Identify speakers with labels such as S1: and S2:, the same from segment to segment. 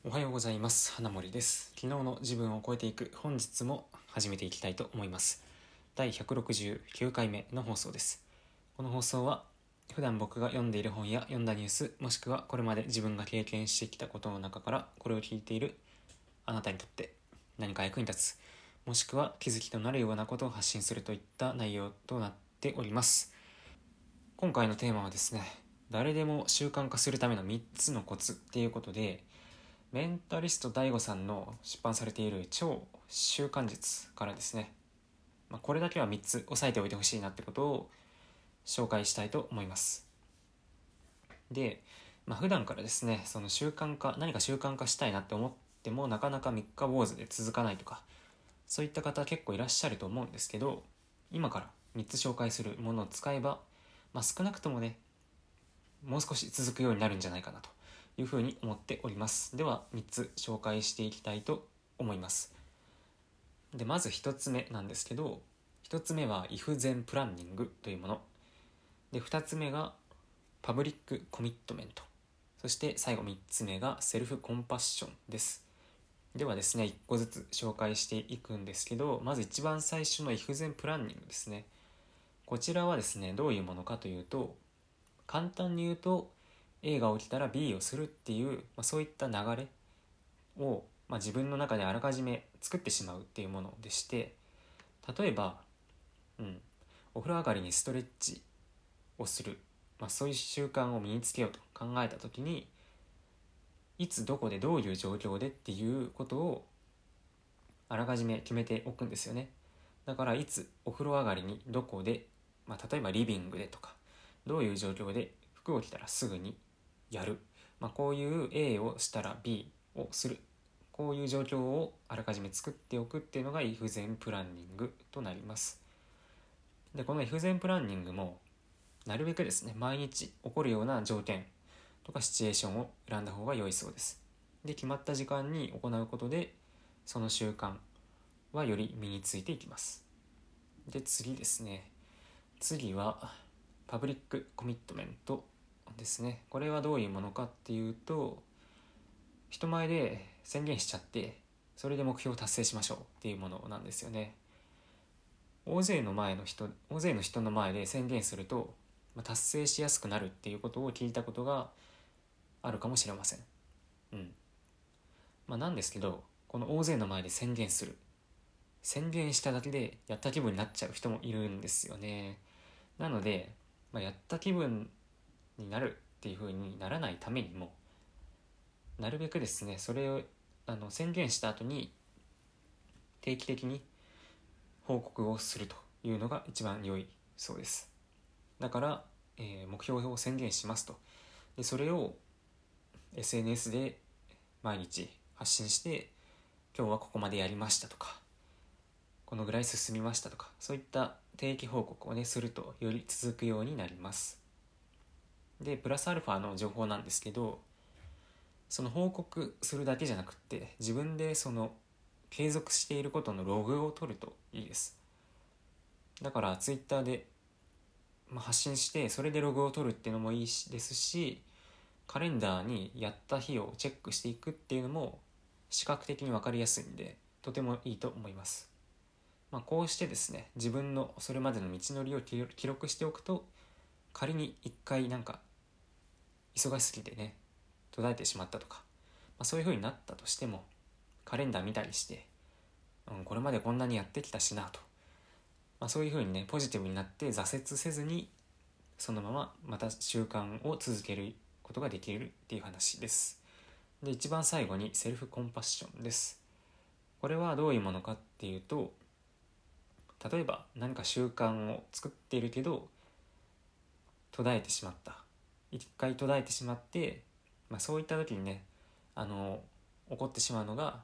S1: おはようございます。花森です。昨日の自分を超えていく本日も始めていきたいと思います。第169回目の放送です。この放送は普段僕が読んでいる本や読んだニュース、もしくはこれまで自分が経験してきたことの中からこれを聞いているあなたにとって何か役に立つ、もしくは気づきとなるようなことを発信するといった内容となっております。今回のテーマはですね、誰でも習慣化するための3つのコツっていうことで、メンタリスト DAIGO さんの出版されている超習慣術からですね、これだけは3つ押さえておいてほしいなってことを紹介したいと思います。で、普段からですね、その何か習慣化したいなって思ってもなかなか三日坊主で続かないとか、そういった方結構いらっしゃると思うんですけど、今から3つ紹介するものを使えば、少なくともね、もう少し続くようになるんじゃないかなというふうに思っております。では3つ紹介していきたいと思います。でまず1つ目なんですけど、1つ目はイフゼンプランニングというもので、2つ目がパブリックコミットメント、そして最後3つ目がセルフコンパッションです。ではですね、1個ずつ紹介していくんですけど、まず一番最初のイフゼンプランニングですね。こちらはですね、どういうものかというと、簡単に言うと A が起きたら B をするっていう、そういった流れを、自分の中であらかじめ作ってしまうっていうものでして、例えば、お風呂上がりにストレッチをする、そういう習慣を身につけようと考えた時に、いつどこでどういう状況でっていうことをあらかじめ決めておくんですよね。だからいつお風呂上がりにどこで、例えばリビングでとか、どういう状況で服を着たらすぐにやる、こういう A をしたら B をする、こういう状況をあらかじめ作っておくっていうのがイフゼンプランニングとなります。でこのイフゼンプランニングもなるべくですね、毎日起こるような条件とかシチュエーションを選んだ方が良いそうです。で決まった時間に行うことで、その習慣はより身についていきます。で次ですね、次はパブリックコミットメントですね。これはどういうものかっていうと、人前で宣言しちゃってそれで目標を達成しましょうっていうものなんですよね。大勢の人の前で宣言すると、達成しやすくなるっていうことを聞いたことがあるかもしれません。なんですけど、この大勢の前で宣言しただけでやった気分になっちゃう人もいるんですよね。なので、やった気分になるっていう風にならないためにも、なるべくですね、それを宣言した後に定期的に報告をするというのが一番良いそうです。だから、目標を宣言しますと。でそれを SNS で毎日発信して、今日はここまでやりましたとか、このぐらい進みましたとか、そういった定期報告をねするとより続くようになります。でプラスアルファの情報なんですけど、その報告するだけじゃなくって、自分でその継続していることのログを取るといいです。だからツイッターで、発信してそれでログを取るっていうのもいいですし、カレンダーにやった日をチェックしていくっていうのも視覚的に分かりやすいんで、とてもいいと思います。こうしてですね、自分のそれまでの道のりを記録しておくと、仮に一回忙しすぎてね途絶えてしまったとか、そういう風になったとしても、カレンダー見たりして、これまでこんなにやってきたしなと、そういう風にねポジティブになって挫折せずに、そのまままた習慣を続けることができるっていう話です。で一番最後にセルフコンパッションです。これはどういうものかっていうと、例えば何か習慣を作っているけど途絶えてしまった、一回途絶えてしまって、そういった時にね、起こってしまうのが、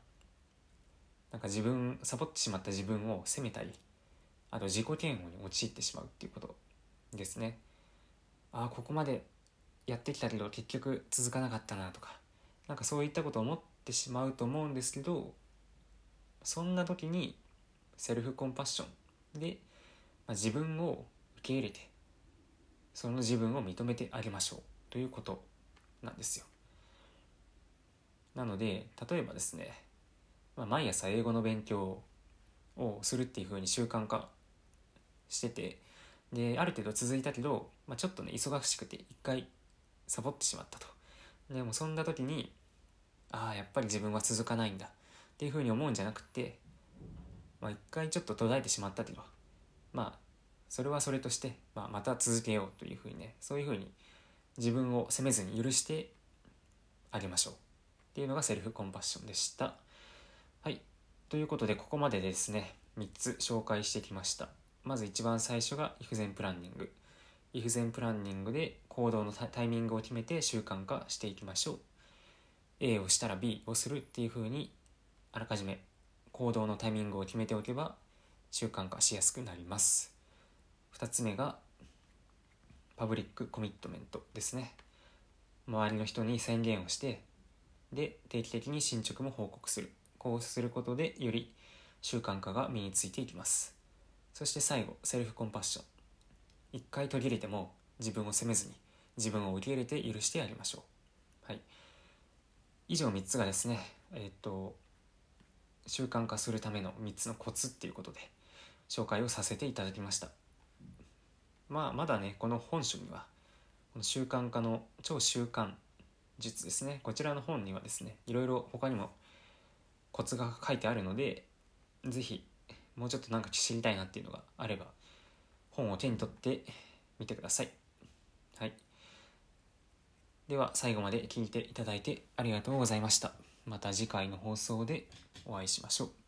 S1: サボってしまった自分を責めたり、あと自己嫌悪に陥ってしまうっていうことですね。ここまでやってきたけど結局続かなかったなとか、そういったことを思ってしまうと思うんですけど、そんな時にセルフコンパッションで、自分を受け入れて、その自分を認めてあげましょうということなんですよ。 なので例えばですね、毎朝英語の勉強をするっていう風に習慣化してて、である程度続いたけど、ちょっとね忙しくて一回サボってしまったと。でもそんな時にやっぱり自分は続かないんだっていう風に思うんじゃなくて、一回ちょっと途絶えてしまったけど、それはそれとして、また続けようという風にね、そういう風に自分を責めずに許してあげましょうっていうのがセルフコンパッションでした。はい、ということでここまでですね3つ紹介してきました。まず一番最初がイフゼンプランニング。イフゼンプランニングで行動のタイミングを決めて習慣化していきましょう。 A をしたら B をするっていう風にあらかじめ行動のタイミングを決めておけば習慣化しやすくなります。2つ目がパブリックコミットメントですね。周りの人に宣言をして、で定期的に進捗も報告する。こうすることでより習慣化が身についていきます。そして最後、セルフコンパッション。一回途切れても自分を責めずに自分を受け入れて許してやりましょう。はい、以上3つがですね、習慣化するための3つのコツっていうことで紹介をさせていただきました。まだねこの本書にはこの習慣化の超習慣術ですね、こちらの本にはですねいろいろ他にもコツが書いてあるので、ぜひもうちょっとなんか知りたいなっていうのがあれば本を手に取ってみてください。はい、では最後まで聞いていただいてありがとうございました。また次回の放送でお会いしましょう。